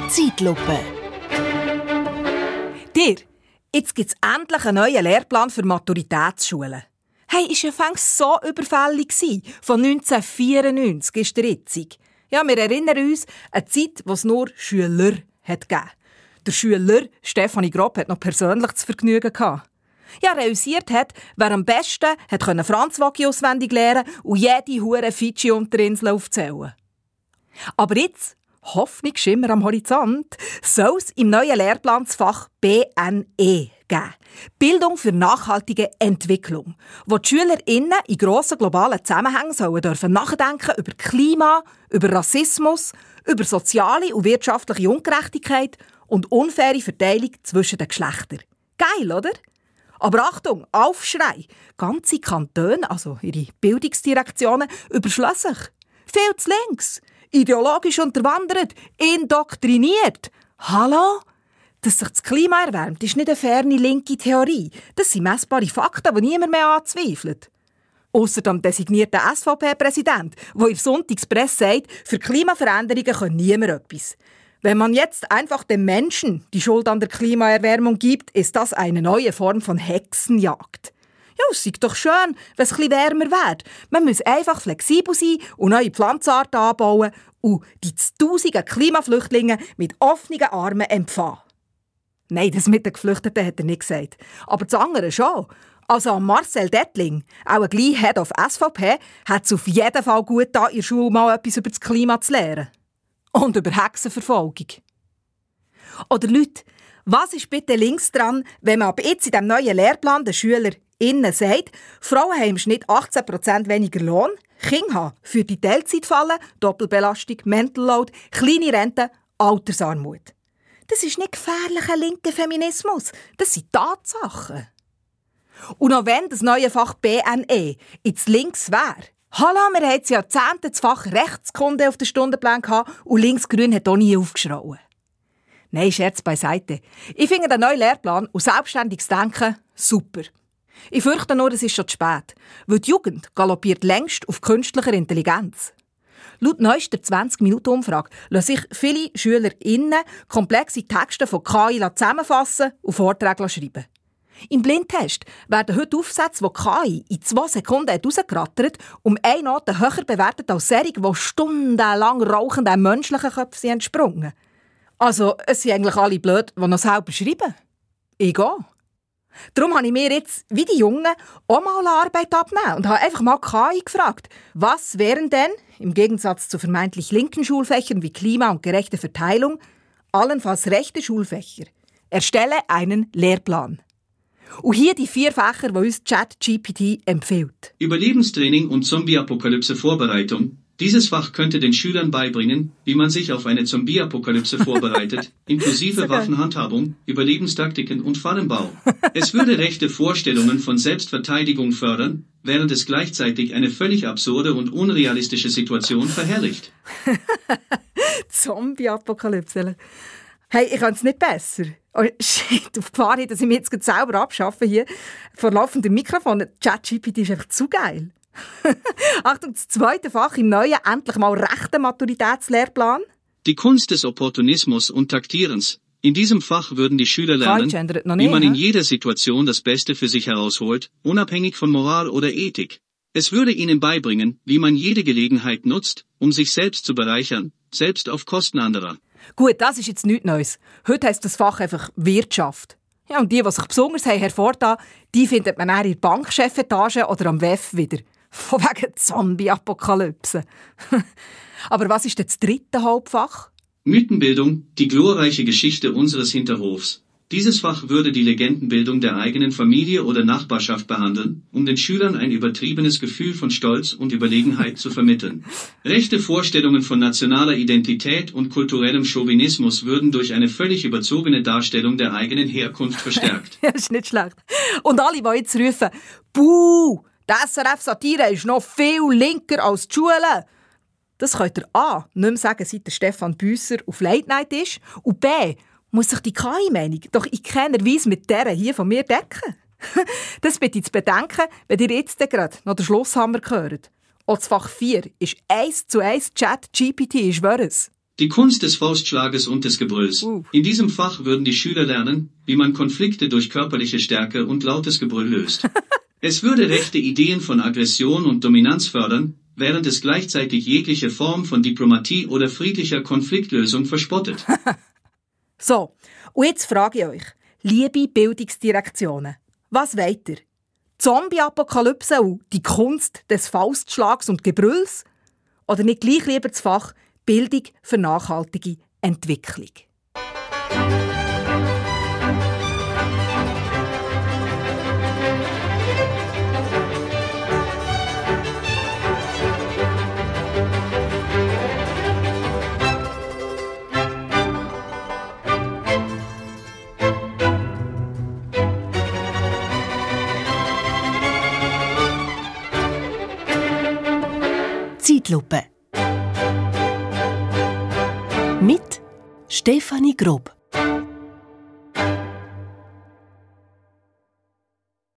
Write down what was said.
Zeitlupe. Dir, jetzt gibt es endlich einen neuen Lehrplan für Maturitätsschulen. Hey, ist ja so überfällig gewesen. Von 1994 ist der jetzig. Ja, wir erinnern uns an die Zeit, wo es nur Schüler gegeben. Der Schüler Stefanie Grob hat noch persönlich das Vergnügen gehabt. Ja, realisiert hat, wer am besten hat Franz Woggi auswendig lernen und jede hure Fidschi-Unterinsel aufzählen. Aber jetzt, Hoffnung schimmer am Horizont, soll es im neuen Lehrplan das Fach BNE geben. Bildung für nachhaltige Entwicklung, wo die SchülerInnen in grossen globalen Zusammenhängen dürfen nachdenken über Klima, über Rassismus, über soziale und wirtschaftliche Ungerechtigkeit und unfaire Verteilung zwischen den Geschlechtern. Geil, oder? Aber Achtung, Aufschrei! Ganze Kantone, also ihre Bildungsdirektionen, überschlagen sich. Viel zu links, ideologisch unterwandert, indoktriniert. Hallo? Dass sich das Klima erwärmt, ist nicht eine ferne linke Theorie. Das sind messbare Fakten, die niemand mehr anzweifelt. Ausser dem designierten SVP-Präsident, der in der Sonntagspresse sagt, für Klimaveränderungen kann niemand etwas. Wenn man jetzt einfach dem Menschen die Schuld an der Klimaerwärmung gibt, ist das eine neue Form von Hexenjagd. Ja, es ist doch schön, wenn es etwas wärmer wird. Man muss einfach flexibel sein und neue Pflanzenarten anbauen und die tausenden Klimaflüchtlinge mit offenen Armen empfangen. Nein, das mit den Geflüchteten hat er nicht gesagt. Aber das andere schon. Also Marcel Dettling, auch ein gleich Head of SVP, hat es auf jeden Fall gut getan, in der Schule mal etwas über das Klima zu lernen. Und über Hexenverfolgung. Oder Leute, was ist bitte links dran, wenn man ab jetzt in diesem neuen Lehrplan den SchülerInnen sagt, Frauen haben im Schnitt 18% weniger Lohn, Kinder haben für die Teilzeitfallen, Doppelbelastung, Mental Load, kleine Rente, Altersarmut. Das ist nicht gefährlicher linker Feminismus, das sind Tatsachen. Und auch wenn das neue Fach BNE ins Links wäre, hallo, wir hatten Jahrzehnte das Fach Rechtskunde auf den Stundenplan gehabt und Linksgrün hat auch nie aufgeschrauen. Nein, Scherz beiseite. Ich finde den neuen Lehrplan und selbstständiges Denken super. Ich fürchte nur, es ist schon zu spät, weil die Jugend galoppiert längst auf künstlicher Intelligenz. Laut neuester 20-Minuten-Umfrage lassen sich viele SchülerInnen komplexe Texte von KI zusammenfassen und Vorträge schreiben. Im Blindtest werden heute Aufsätze, die KI in 2 Sekunden herausgerattert, um eine Note höher bewertet als solche, die stundenlang rauchenden menschlichen Köpfen entsprungen. Also, es sind eigentlich alle blöd, die noch selber schreiben. Ich gehe. Darum habe ich mir jetzt, wie die Jungen, auch mal eine Arbeit abnehmen und habe einfach mal KI gefragt, was wären denn, im Gegensatz zu vermeintlich linken Schulfächern wie Klima und gerechte Verteilung, allenfalls rechte Schulfächer. Erstelle einen Lehrplan. Und hier die 4 Fächer, die uns ChatGPT empfiehlt. Überlebenstraining und Zombie-Apokalypse-Vorbereitung. Dieses Fach könnte den Schülern beibringen, wie man sich auf eine Zombie-Apokalypse vorbereitet, inklusive Waffenhandhabung, Überlebenstaktiken und Fallenbau. Es würde rechte Vorstellungen von Selbstverteidigung fördern, während es gleichzeitig eine völlig absurde und unrealistische Situation verherrlicht. Zombie-Apokalypse. Hey, ich kann es nicht besser. Oh, shit, auf Gefahr hin, dass ich mich jetzt selber abschaffe hier vor laufendem Mikrofon. ChatGPT ist einfach zu geil. Achtung, das 2. Fach im neuen, endlich mal rechten Maturitätslehrplan. Die Kunst des Opportunismus und Taktierens. In diesem Fach würden die Schüler lernen, wie man in jeder Situation das Beste für sich herausholt, unabhängig von Moral oder Ethik. Es würde ihnen beibringen, wie man jede Gelegenheit nutzt, um sich selbst zu bereichern, selbst auf Kosten anderer. Gut, das ist jetzt nichts Neues. Heute heisst das Fach einfach Wirtschaft. Ja, und die sich besonders hervorgetan haben, die findet man eher in der Bankchefetage oder am WEF wieder. Von wegen Zombie-Apokalypse. Aber was ist denn das 3. Hauptfach? Mythenbildung, die glorreiche Geschichte unseres Hinterhofs. Dieses Fach würde die Legendenbildung der eigenen Familie oder Nachbarschaft behandeln, um den Schülern ein übertriebenes Gefühl von Stolz und Überlegenheit zu vermitteln. Rechte Vorstellungen von nationaler Identität und kulturellem Chauvinismus würden durch eine völlig überzogene Darstellung der eigenen Herkunft verstärkt. Ja, ist nicht schlecht. Und alle, die jetzt rufen, «Buh, die SRF-Satire ist noch viel linker als die Schule!» Das könnt ihr A. nicht mehr sagen, seit der Stefan Büsser auf Late Night ist, und B. muss sich die KI-Meinung doch in keiner Weise mit der hier von mir decken. Das bitte zu bedenken, wenn ihr jetzt gerade noch den Schlusshammer hört. Auch das Fach 4 ist 1:1 ChatGPT, ich schwöre es. Die Kunst des Faustschlages und des Gebrülls. In diesem Fach würden die Schüler lernen, wie man Konflikte durch körperliche Stärke und lautes Gebrüll löst. Es würde rechte Ideen von Aggression und Dominanz fördern, während es gleichzeitig jegliche Form von Diplomatie oder friedlicher Konfliktlösung verspottet. So, und jetzt frage ich euch, liebe Bildungsdirektionen, was wollt ihr? Zombie-Apokalypse und die Kunst des Faustschlags und Gebrülls? Oder nicht gleich lieber das Fach Bildung für nachhaltige Entwicklung? Zeitlupe mit Stefanie Grob.